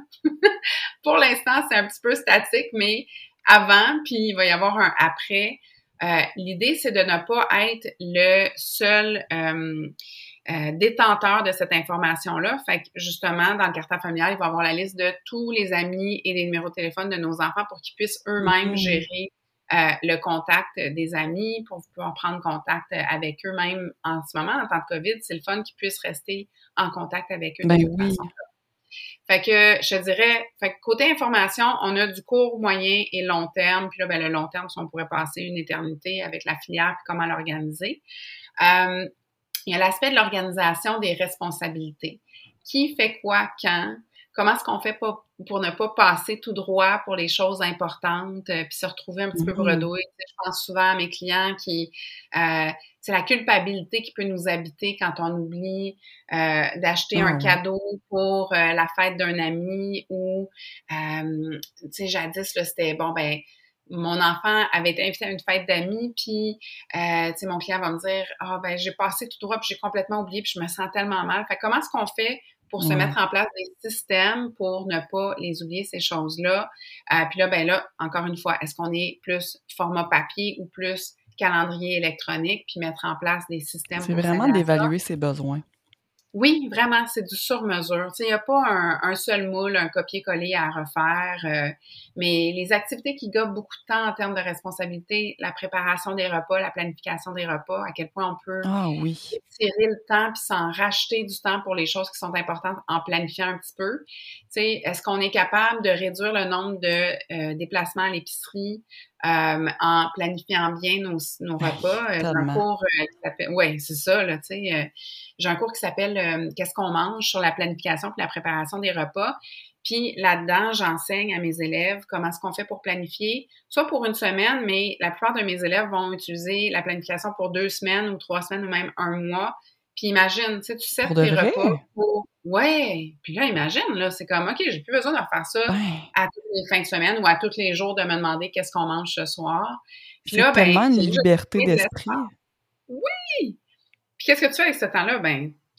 Speaker 2: Pour l'instant, c'est un petit peu statique, mais avant, puis il va y avoir un après. Euh, l'idée, c'est de ne pas être le seul euh, euh, détenteur de cette information-là. Fait que, justement, dans le cartable familial, il va y avoir la liste de tous les amis et les numéros de téléphone de nos enfants pour qu'ils puissent eux-mêmes
Speaker 1: Mmh.
Speaker 2: gérer Euh, le contact des amis, pour pouvoir prendre contact avec eux-mêmes en ce moment, en temps de COVID, c'est le fun qu'ils puissent rester en contact avec eux de
Speaker 1: Ben
Speaker 2: cette
Speaker 1: oui.
Speaker 2: façon-là. Fait que, je dirais, fait que côté information, on a du court, moyen et long terme. Puis là, ben, le long terme, si on pourrait passer une éternité avec la filière puis comment l'organiser. Euh, il y a l'aspect de l'organisation des responsabilités. Qui fait quoi, quand? Comment est-ce qu'on fait pour, pour ne pas passer tout droit pour les choses importantes euh, puis se retrouver un petit peu
Speaker 1: Mmh.
Speaker 2: bredouille? Tu sais, je pense souvent à mes clients qui... Euh, c'est la culpabilité qui peut nous habiter quand on oublie euh, d'acheter
Speaker 1: Ah
Speaker 2: un
Speaker 1: oui.
Speaker 2: cadeau pour euh, la fête d'un ami ou, euh, tu sais, jadis, là, c'était, bon, ben mon enfant avait été invité à une fête d'amis, puis, euh, tu sais, mon client va me dire, ah, ben j'ai passé tout droit, puis j'ai complètement oublié, puis je me sens tellement mal. Fait que comment est-ce qu'on fait pour se
Speaker 1: Ouais.
Speaker 2: mettre en place des systèmes pour ne pas les oublier, ces choses-là? Euh, puis là, ben là, encore une fois, est-ce qu'on est plus format papier ou plus calendrier électronique, puis mettre en place des systèmes
Speaker 1: C'est
Speaker 2: pour
Speaker 1: vraiment
Speaker 2: s'aider à ça?
Speaker 1: d'évaluer ses besoins.
Speaker 2: Oui, vraiment, c'est du sur-mesure. Tu sais, il n'y a pas un, un seul moule, un copier-coller à refaire, euh, mais les activités qui gobent beaucoup de temps en termes de responsabilité, la préparation des repas, la planification des repas, à quel point on peut
Speaker 1: Ah oui.
Speaker 2: étirer le temps puis s'en racheter du temps pour les choses qui sont importantes en planifiant un petit peu. Tu sais, est-ce qu'on est capable de réduire le nombre de euh, déplacements à l'épicerie euh, en planifiant bien nos, nos
Speaker 1: Ben,
Speaker 2: repas? Euh, j'ai un
Speaker 1: tellement.
Speaker 2: cours euh, qui s'appelle... Ouais, c'est ça, là, tu sais. Euh, j'ai un cours qui s'appelle euh, Qu'est-ce qu'on mange sur la planification puis la préparation des repas. Puis là-dedans, j'enseigne à mes élèves comment est-ce qu'on fait pour planifier, soit pour une semaine, mais la plupart de mes élèves vont utiliser la planification pour deux semaines ou trois semaines ou même un mois. Puis imagine, tu sais, tu sets
Speaker 1: Pour de
Speaker 2: tes
Speaker 1: vrai?
Speaker 2: repas pour... Ouais! Puis là, imagine, là, c'est comme, OK, j'ai plus besoin de refaire ça
Speaker 1: Ben,
Speaker 2: à toutes les fins de semaine ou à tous les jours de me demander qu'est-ce qu'on mange ce soir. Puis
Speaker 1: c'est
Speaker 2: là, ben,
Speaker 1: tellement une
Speaker 2: c'est juste
Speaker 1: liberté
Speaker 2: créer de l'espace.
Speaker 1: d'esprit.
Speaker 2: Oui! Puis qu'est-ce que tu fais avec ce temps-là? Ben, tu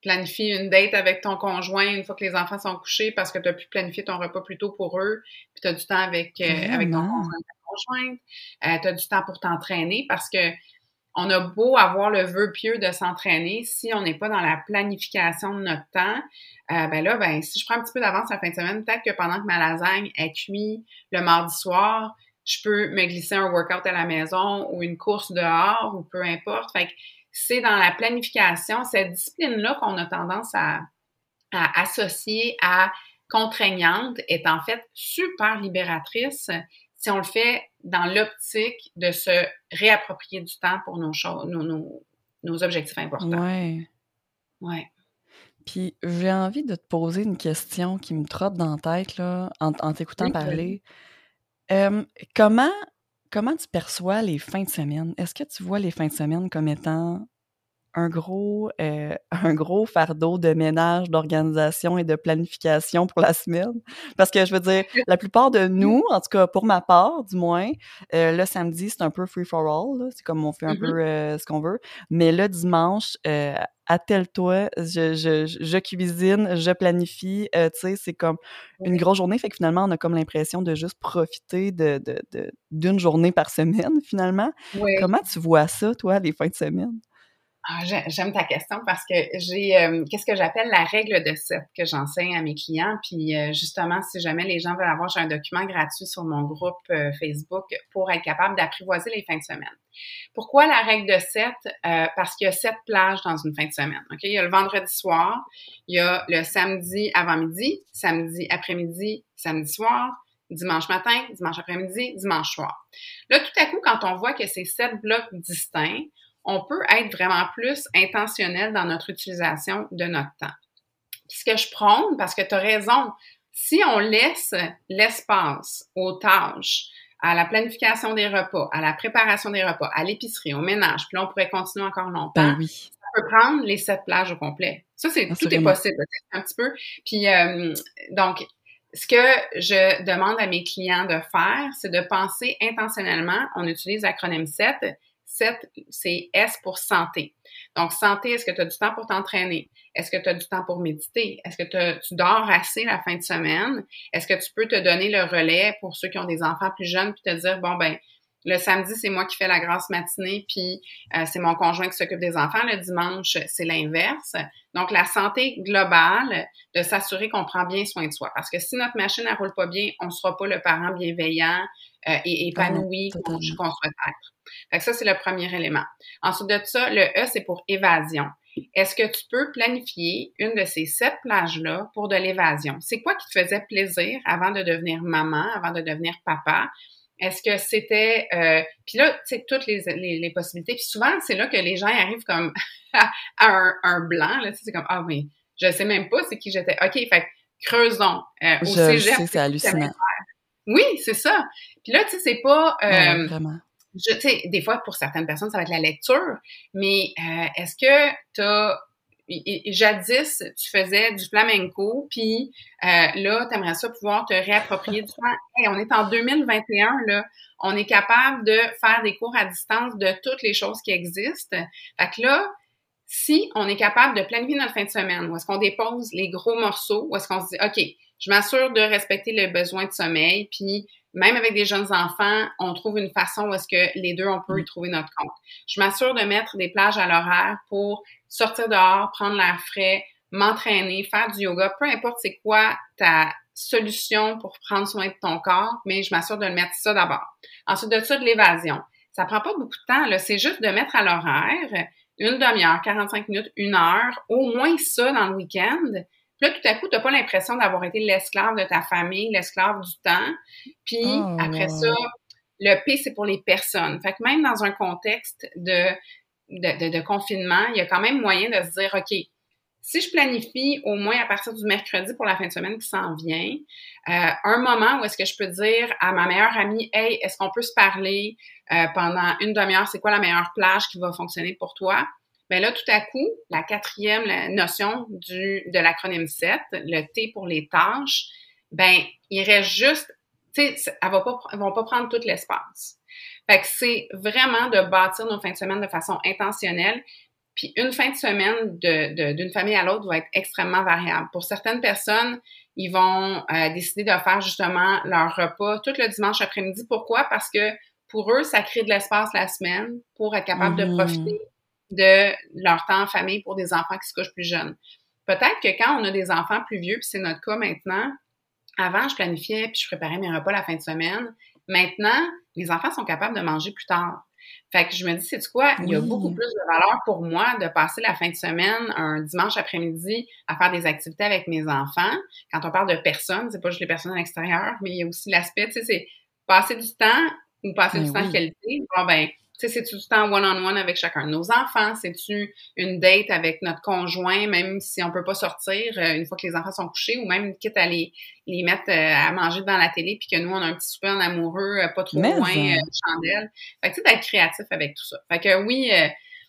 Speaker 2: planifies une date avec ton conjoint une fois que les enfants sont couchés parce que tu as pu planifier ton repas plus tôt pour eux, puis tu as du temps avec, euh, avec ton conjoint, ta conjointe. Euh, tu as du temps pour t'entraîner parce que on a beau avoir le vœu pieux de s'entraîner, si on n'est pas dans la planification de notre temps, euh, ben là, ben si je prends un petit peu d'avance la fin de semaine, peut-être que pendant que ma lasagne est cuite le mardi soir, je peux me glisser un workout à la maison ou une course dehors ou peu importe. Fait que c'est dans la planification, cette discipline-là qu'on a tendance à, à associer à contraignante est en fait super libératrice si on le fait dans l'optique de se réapproprier du temps pour nos choses, nos, nos, nos objectifs importants.
Speaker 1: Ouais.
Speaker 2: Ouais.
Speaker 1: Puis j'ai envie de te poser une question qui me trotte dans la tête là, en, en t'écoutant
Speaker 2: Oui,
Speaker 1: parler. Euh, comment, comment tu perçois les fins de semaine? Est-ce que tu vois les fins de semaine comme étant un gros, euh, un gros fardeau de ménage, d'organisation et de planification pour la semaine? Parce que je veux dire, la plupart de nous, en tout cas pour ma part du moins, euh, le samedi, c'est un peu free for all, là. C'est comme on fait un
Speaker 2: mm-hmm.
Speaker 1: peu euh, ce qu'on veut. Mais le dimanche, euh, attelle-toi, je, je, je cuisine, je planifie, euh, tu sais, c'est comme une grosse journée. Fait que finalement, on a comme l'impression de juste profiter de, de, de, d'une journée par semaine, finalement.
Speaker 2: Oui.
Speaker 1: Comment tu vois ça, toi, les fins de semaine?
Speaker 2: Ah, j'aime ta question parce que j'ai euh, qu'est-ce que j'appelle la règle de sept que j'enseigne à mes clients. Puis euh, justement, si jamais les gens veulent avoir, j'ai un document gratuit sur mon groupe euh, Facebook pour être capable d'apprivoiser les fins de semaine. Pourquoi la règle de sept? Euh, parce qu'il y a sept plages dans une fin de semaine. Ok, il y a le vendredi soir, il y a le samedi avant-midi, samedi après-midi, samedi soir, dimanche matin, dimanche après-midi, dimanche soir. Là, tout à coup, quand on voit que c'est sept blocs distincts, on peut être vraiment plus intentionnel dans notre utilisation de notre temps. Puis ce que je prône, parce que tu as raison, si on laisse l'espace aux tâches, à la planification des repas, à la préparation des repas, à l'épicerie, au ménage, puis là, on pourrait continuer encore longtemps,
Speaker 1: ben oui.
Speaker 2: Ça peut prendre les sept plages au complet. Ça, c'est tout est possible, un petit peu. Puis, euh, donc, ce que je demande à mes clients de faire, c'est de penser intentionnellement, on utilise l'acronyme sept, sept, c'est S pour santé. Donc, santé, est-ce que tu as du temps pour t'entraîner? Est-ce que tu as du temps pour méditer? Est-ce que tu dors assez la fin de semaine? Est-ce que tu peux te donner le relais pour ceux qui ont des enfants plus jeunes puis te dire, bon, ben, le samedi, c'est moi qui fais la grasse matinée puis euh, c'est mon conjoint qui s'occupe des enfants. Le dimanche, c'est l'inverse. Donc, la santé globale, de s'assurer qu'on prend bien soin de soi. Parce que si notre machine ne roule pas bien, on ne sera pas le parent bienveillant euh, et épanoui
Speaker 1: ah non,
Speaker 2: qu'on souhaite être. Fait que ça, c'est le premier élément. Ensuite de ça, le E, c'est pour évasion. Est-ce que tu peux planifier une de ces sept plages-là pour de l'évasion? C'est quoi qui te faisait plaisir avant de devenir maman, avant de devenir papa? Est-ce que c'était... Euh, puis là, tu sais, toutes les, les, les possibilités. Puis souvent, c'est là que les gens arrivent comme à un, un blanc. Là, c'est comme, ah oui, je sais même pas c'est qui j'étais. OK, fait que creusons. Euh, au
Speaker 1: je
Speaker 2: cégep,
Speaker 1: sais, c'est hallucinant.
Speaker 2: Oui, c'est ça. Puis là, tu sais, c'est pas... Euh,
Speaker 1: ouais, vraiment.
Speaker 2: Je, tu sais, des fois, pour certaines personnes, ça va être la lecture, mais euh, est-ce que t'as... Jadis, tu faisais du flamenco, puis euh, là, tu aimerais ça pouvoir te réapproprier du temps. Hey, on est en deux mille vingt et un, là. On est capable de faire des cours à distance de toutes les choses qui existent. Fait que là, si on est capable de planifier notre fin de semaine, où est-ce qu'on dépose les gros morceaux, où est-ce qu'on se dit, OK, je m'assure de respecter le besoin de sommeil, puis même avec des jeunes enfants, on trouve une façon où est-ce que les deux, on peut y trouver notre compte. Je m'assure de mettre des plages à l'horaire pour sortir dehors, prendre l'air frais, m'entraîner, faire du yoga, peu importe c'est quoi ta solution pour prendre soin de ton corps, mais je m'assure de le mettre ça d'abord. Ensuite de ça, de l'évasion. Ça prend pas beaucoup de temps, là. C'est juste de mettre à l'horaire une demi-heure, quarante-cinq minutes, une heure, au moins ça dans le week-end. Puis là, tout à coup, t'as pas l'impression d'avoir été l'esclave de ta famille, l'esclave du temps. Puis oh, après wow. ça, le P, c'est pour les personnes. Fait que même dans un contexte de, de, de, de confinement, il y a quand même moyen de se dire, OK, si je planifie au moins à partir du mercredi pour la fin de semaine qui s'en vient, euh, un moment où est-ce que je peux dire à ma meilleure amie, « Hey, est-ce qu'on peut se parler euh, pendant une demi-heure? C'est quoi la meilleure plage qui va fonctionner pour toi? » Bien là, tout à coup, la quatrième la notion du, de l'acronyme sept, le T pour les tâches, ben il reste juste, tu sais, elles ne vont pas prendre tout l'espace. Fait que c'est vraiment de bâtir nos fins de semaine de façon intentionnelle. Puis une fin de semaine de, de, d'une famille à l'autre va être extrêmement variable. Pour certaines personnes, ils vont euh, décider de faire justement leur repas tout le dimanche après-midi. Pourquoi? Parce que pour eux, ça crée de l'espace la semaine pour être capable de
Speaker 1: Mhm.
Speaker 2: profiter de leur temps en famille pour des enfants qui se couchent plus jeunes. Peut-être que quand on a des enfants plus vieux, puis c'est notre cas maintenant, avant, je planifiais puis je préparais mes repas la fin de semaine. Maintenant, les enfants sont capables de manger plus tard. Fait que je me dis, c'est quoi? Il y a beaucoup
Speaker 1: Oui.
Speaker 2: plus de valeur pour moi de passer la fin de semaine, un dimanche après-midi, à faire des activités avec mes enfants. Quand on parle de personnes, c'est pas juste les personnes à l'extérieur, mais il y a aussi l'aspect, tu sais, c'est passer du temps ou passer
Speaker 1: Ben
Speaker 2: du temps de
Speaker 1: oui.
Speaker 2: qualité. Bon, ben, tu sais, c'est-tu du temps one-on-one avec chacun de nos enfants? C'est-tu une date avec notre conjoint, même si on peut pas sortir euh, une fois que les enfants sont couchés, ou même quitte à les, les mettre euh, à manger devant la télé, puis que nous, on a un petit souper en amoureux, euh, pas trop loin,
Speaker 1: Mais,
Speaker 2: euh,
Speaker 1: euh,
Speaker 2: chandelle. Fait que, tu sais, d'être créatif avec tout ça. Fait que oui, euh,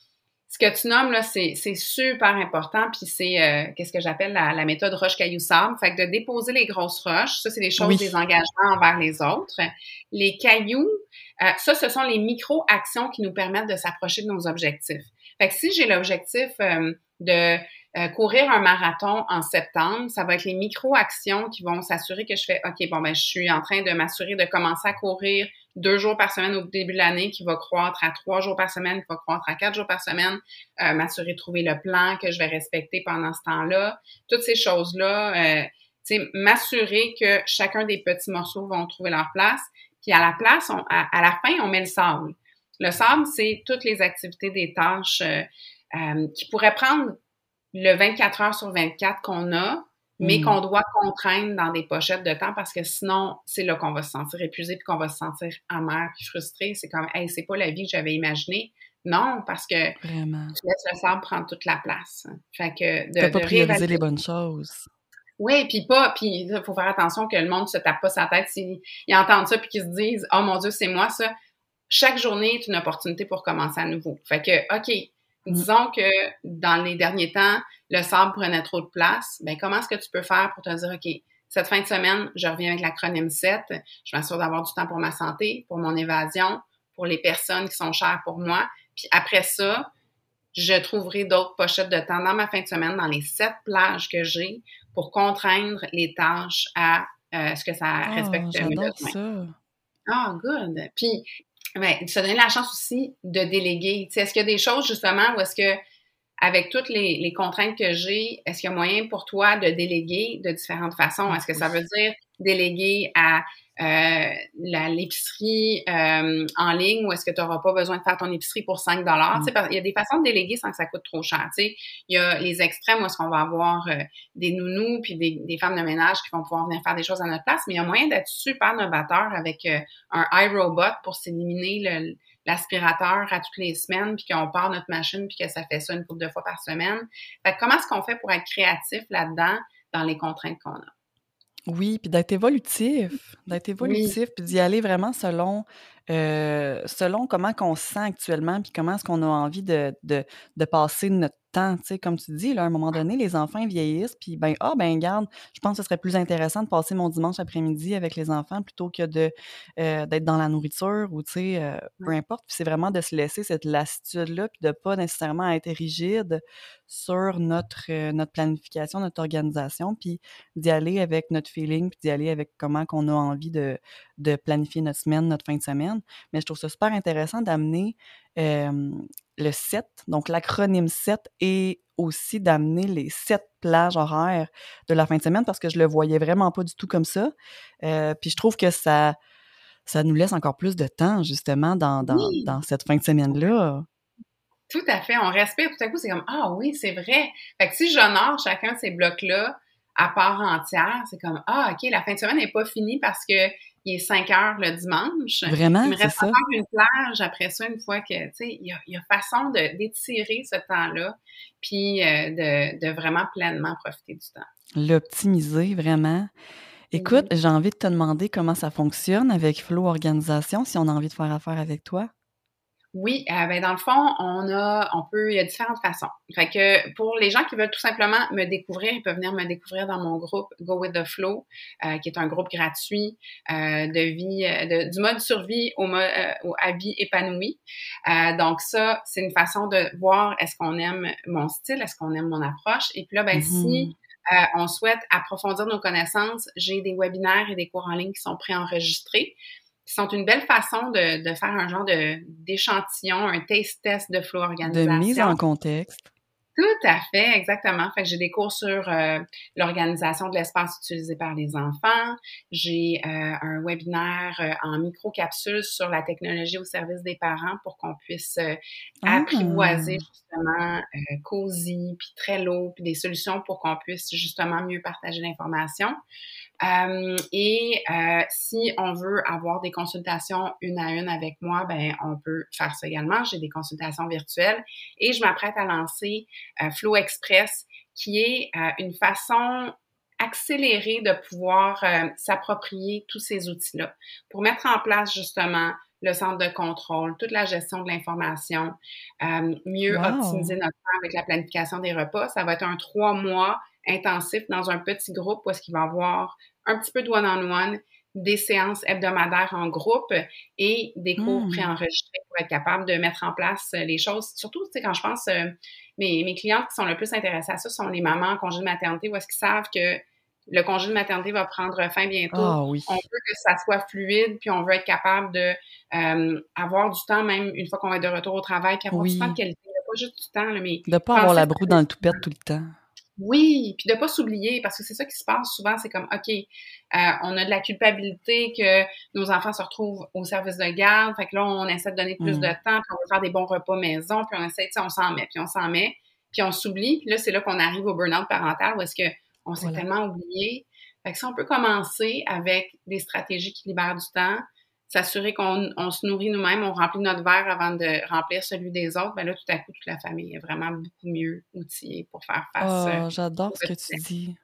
Speaker 2: ce que tu nommes, là, c'est, c'est super important, puis c'est, euh, qu'est-ce que j'appelle la, la méthode roche-caillou-sable. Fait que de déposer les grosses roches, ça, c'est des choses,
Speaker 1: oui.
Speaker 2: des engagements envers les autres. Les cailloux, euh, ça, ce sont les micro-actions qui nous permettent de s'approcher de nos objectifs. Fait que si j'ai l'objectif euh, de euh, courir un marathon en septembre, ça va être les micro-actions qui vont s'assurer que je fais, OK, bon, ben, je suis en train de m'assurer de commencer à courir deux jours par semaine au début de l'année, qui va croître à trois jours par semaine, qui va croître à quatre jours par semaine, euh, m'assurer de trouver le plan que je vais respecter pendant ce temps-là. Toutes ces choses-là, euh, tu sais, m'assurer que chacun des petits morceaux vont trouver leur place. Puis à la place, on, à, à la fin, on met le sable. Le sable, c'est toutes les activités, des tâches euh, euh, qui pourraient prendre le vingt-quatre heures sur vingt-quatre qu'on a, mais
Speaker 1: Mm.
Speaker 2: qu'on doit contraindre dans des pochettes de temps parce que sinon, c'est là qu'on va se sentir épuisé puis qu'on va se sentir amer puis frustré. C'est comme, hey, c'est pas la vie que j'avais imaginée. Non, parce que
Speaker 1: Vraiment.
Speaker 2: tu laisses le sable prendre toute la place. Fait que
Speaker 1: T'as
Speaker 2: de,
Speaker 1: pas
Speaker 2: de
Speaker 1: priorisé les
Speaker 2: réévaluer.
Speaker 1: bonnes choses.
Speaker 2: Oui, puis pas, puis il faut faire attention que le monde se tape pas sa tête s'ils ils entendent ça puis qu'ils se disent, oh mon Dieu, c'est moi ça. Chaque journée est une opportunité pour commencer à nouveau. Fait que, OK,
Speaker 1: Mm.
Speaker 2: disons que dans les derniers temps, le sable prenait trop de place. Ben, comment est-ce que tu peux faire pour te dire, OK, cette fin de semaine, je reviens avec l'acronyme sept. Je m'assure d'avoir du temps pour ma santé, pour mon évasion, pour les personnes qui sont chères pour moi. Puis après ça, je trouverai d'autres pochettes de temps dans ma fin de semaine, dans les sept plages que j'ai, pour contraindre les tâches à euh, ce que ça
Speaker 1: Oh,
Speaker 2: respecte mes
Speaker 1: j'adore
Speaker 2: besoins.
Speaker 1: ça.
Speaker 2: Ah, good. Puis, ben, ça donne la chance aussi de déléguer. Tu sais, est-ce qu'il y a des choses, justement, où est-ce que, avec toutes les, les contraintes que j'ai, est-ce qu'il y a moyen pour toi de déléguer de différentes façons?
Speaker 1: Ah
Speaker 2: Est-ce que
Speaker 1: oui.
Speaker 2: ça veut dire déléguer à euh, la, l'épicerie euh, en ligne ou est-ce que tu n'auras pas besoin de faire ton épicerie pour cinq dollars?
Speaker 1: Mm.
Speaker 2: Tu sais, il y a des façons de déléguer sans que ça coûte trop cher. Tu sais, il y a les extrêmes où est-ce qu'on va avoir euh, des nounous puis des, des femmes de ménage qui vont pouvoir venir faire des choses à notre place, mais il y a moyen d'être super novateur avec euh, un iRobot pour s'éliminer le, l'aspirateur à toutes les semaines, puis qu'on part notre machine, puis que ça fait ça une couple de fois par semaine. Fait que comment est-ce qu'on fait pour être créatif là-dedans dans les contraintes qu'on a?
Speaker 1: Oui, puis d'être évolutif, d'être
Speaker 2: Oui,
Speaker 1: évolutif, puis d'y aller vraiment selon, heu, selon comment qu'on se sent actuellement, puis comment est-ce qu'on a envie de de de passer notre temps. Tu sais, comme tu dis, là, à un moment donné, les enfants ils vieillissent, puis ben, ah, ben, garde, je pense que ce serait plus intéressant de passer mon dimanche après-midi avec les enfants plutôt que de, heu, d'être dans la nourriture ou tu sais, heu, peu importe. Puis c'est vraiment de se laisser cette lassitude-là, puis de pas nécessairement être rigide sur notre, heu, notre planification, notre organisation, puis d'y aller avec notre feeling, puis d'y aller avec comment qu'on a envie de de planifier notre semaine, notre fin de semaine. Mais je trouve ça super intéressant d'amener, hem, le sept, donc l'acronyme sept et aussi d'amener les sept plages horaires de la fin de semaine parce que je le voyais vraiment pas du tout comme ça. Heu, puis je trouve que ça ça nous laisse encore plus de temps justement dans dans
Speaker 2: oui,
Speaker 1: dans cette fin de semaine-là.
Speaker 2: tout à fait. On respire, tout à coup, c'est comme, ah oui, c'est vrai. Fait que si j'honore chacun de ces blocs-là à part entière, c'est comme, ah, OK, la fin de semaine n'est pas finie parce que il est cinq heures le dimanche. Il
Speaker 1: Vraiment,
Speaker 2: me
Speaker 1: c'est
Speaker 2: reste
Speaker 1: ça.
Speaker 2: encore une plage après ça, une fois que, tu sais, il y a, il y a façon de, d'étirer ce temps-là, puis euh, de, de vraiment pleinement profiter du temps.
Speaker 1: L'optimiser vraiment. Écoute,
Speaker 2: Mhm.
Speaker 1: j'ai envie de te demander comment ça fonctionne avec Flow Organisation, si on a envie de faire affaire avec toi?
Speaker 2: Oui, euh, ben dans le fond, on a, on peut, il y a différentes façons. Fait que pour les gens qui veulent tout simplement me découvrir, ils peuvent venir me découvrir dans mon groupe Go with the Flow, euh, qui est un groupe gratuit euh, de vie, euh, de, du mode survie au, mo- euh, au à vie épanouie. Euh, donc ça, c'est une façon de voir est-ce qu'on aime mon style, est-ce qu'on aime mon approche. Et puis là, ben
Speaker 1: Mhm.
Speaker 2: si euh, on souhaite approfondir nos connaissances, j'ai des webinaires et des cours en ligne qui sont préenregistrés, qui sont une belle façon de, de faire un genre de d'échantillon, un taste test de flow
Speaker 1: De mise
Speaker 2: organisation.
Speaker 1: en contexte.
Speaker 2: Tout à fait, exactement. Fait que j'ai des cours sur euh, l'organisation de l'espace utilisé par les enfants. J'ai euh, un webinaire euh, en micro-capsule sur la technologie au service des parents pour qu'on puisse euh, apprivoiser
Speaker 1: Ah!
Speaker 2: justement euh, Cozy, puis Trello, puis des solutions pour qu'on puisse justement mieux partager l'information. Euh, et euh, si on veut avoir des consultations une à une avec moi, ben on peut faire ça également. J'ai des consultations virtuelles et je m'apprête à lancer euh, Flow Express, qui est euh, une façon accélérée de pouvoir euh, s'approprier tous ces outils-là pour mettre en place justement le centre de contrôle, toute la gestion de l'information, euh, mieux optimiser
Speaker 1: Wow!
Speaker 2: notre temps avec la planification des repas. Ça va être un trois mois intensif dans un petit groupe où est-ce qu'il va y avoir un petit peu de one-on-one, des séances hebdomadaires en groupe et des cours
Speaker 1: Hmm.
Speaker 2: préenregistrés pour être capable de mettre en place les choses. Surtout, tu sais, quand je pense, euh, mes, mes clientes qui sont le plus intéressées à ça sont les mamans en congé de maternité où est-ce qu'ils savent que le congé de maternité va prendre fin bientôt.
Speaker 1: Ah oui.
Speaker 2: On veut que ça soit fluide, puis on veut être capable de euh, avoir du temps, même une fois qu'on va être de retour au travail, puis avoir du temps de
Speaker 1: Oui.
Speaker 2: qualité, pas juste du temps, là, mais
Speaker 1: De pas avoir
Speaker 2: penser
Speaker 1: la broue dans le toupette tout le temps.
Speaker 2: oui, puis de pas s'oublier, parce que c'est ça qui se passe souvent, c'est comme, OK, euh, on a de la culpabilité que nos enfants se retrouvent au service de garde, fait que là, on essaie de donner plus de
Speaker 1: Hmm.
Speaker 2: temps, puis on veut faire des bons repas maison, puis on essaie, tu sais, on s'en met, puis on s'en met, puis on s'oublie, puis là, c'est là qu'on arrive au burn-out parental, où est-ce que on s'est
Speaker 1: Voilà.
Speaker 2: tellement oublié. Fait que si on peut commencer avec des stratégies qui libèrent du temps, s'assurer qu'on on se nourrit nous-mêmes, on remplit notre verre avant de remplir celui des autres, ben là, tout à coup, toute la famille est vraiment beaucoup mieux outillée pour faire face euh,
Speaker 1: Oh, j'adore
Speaker 2: au
Speaker 1: ce que tu
Speaker 2: quotidien.
Speaker 1: dis.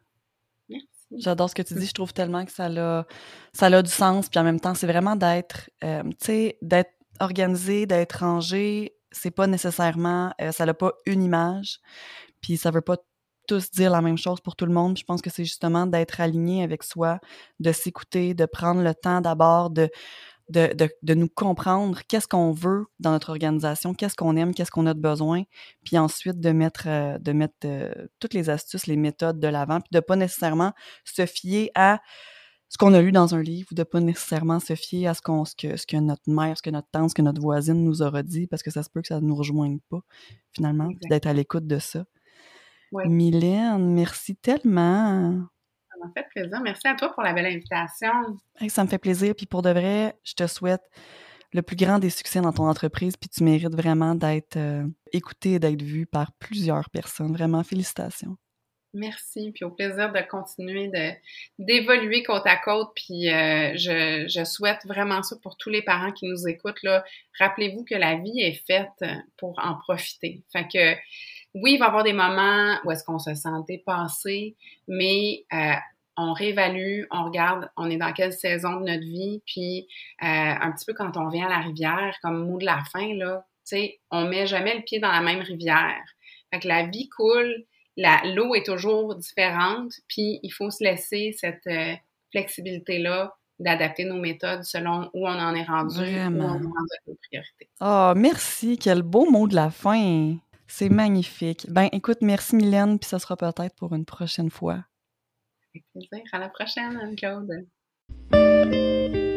Speaker 2: Merci.
Speaker 1: J'adore ce que tu dis. Je trouve tellement que ça a, ça a du sens. Puis en même temps, c'est vraiment d'être, euh, tu sais, d'être organisé, d'être rangé. C'est pas nécessairement, euh, ça n'a pas une image. Puis ça veut pas tous dire la même chose pour tout le monde. Puis je pense que c'est justement d'être aligné avec soi, de s'écouter, de prendre le temps d'abord de de, de, de nous comprendre qu'est-ce qu'on veut dans notre organisation, qu'est-ce qu'on aime, qu'est-ce qu'on a de besoin, puis ensuite de mettre, euh, de mettre euh, toutes les astuces, les méthodes de l'avant, puis de pas nécessairement se fier à ce qu'on a lu dans un livre ou de pas nécessairement se fier à ce, qu'on, ce, que, ce que notre mère, ce que notre tante, ce que notre voisine nous aura dit, parce que ça se peut que ça ne nous rejoigne pas, finalement, puis
Speaker 2: Exact.
Speaker 1: d'être à l'écoute de ça.
Speaker 2: Oui,
Speaker 1: Mylène, merci tellement.
Speaker 2: ça m'a fait plaisir. Merci à toi pour la belle invitation.
Speaker 1: Hey, ça me fait plaisir, puis pour de vrai, je te souhaite le plus grand des succès dans ton entreprise, puis tu mérites vraiment d'être euh, écouté et d'être vu par plusieurs personnes. Vraiment, félicitations.
Speaker 2: Merci, puis au plaisir de continuer de d'évoluer côte à côte. Puis euh, je, je souhaite vraiment ça pour tous les parents qui nous écoutent là. Rappelez-vous que la vie est faite pour en profiter. Fait que oui, il va y avoir des moments où est-ce qu'on se sent dépassé, mais euh, on réévalue, on regarde, on est dans quelle saison de notre vie, puis euh, un petit peu quand on vient à la rivière, comme mot de la fin, là, tu sais, on met jamais le pied dans la même rivière. Fait que la vie coule, la, l'eau est toujours différente, puis il faut se laisser cette euh, flexibilité-là d'adapter nos méthodes selon où on en est rendu, où on est
Speaker 1: Vraiment.
Speaker 2: rendu avec nos priorités.
Speaker 1: Oh, merci. Quel beau mot de la fin. C'est magnifique. Ben, écoute, merci Mylène, puis ça sera peut-être pour une prochaine fois.
Speaker 2: Avec plaisir. À la prochaine, Anne-Claude.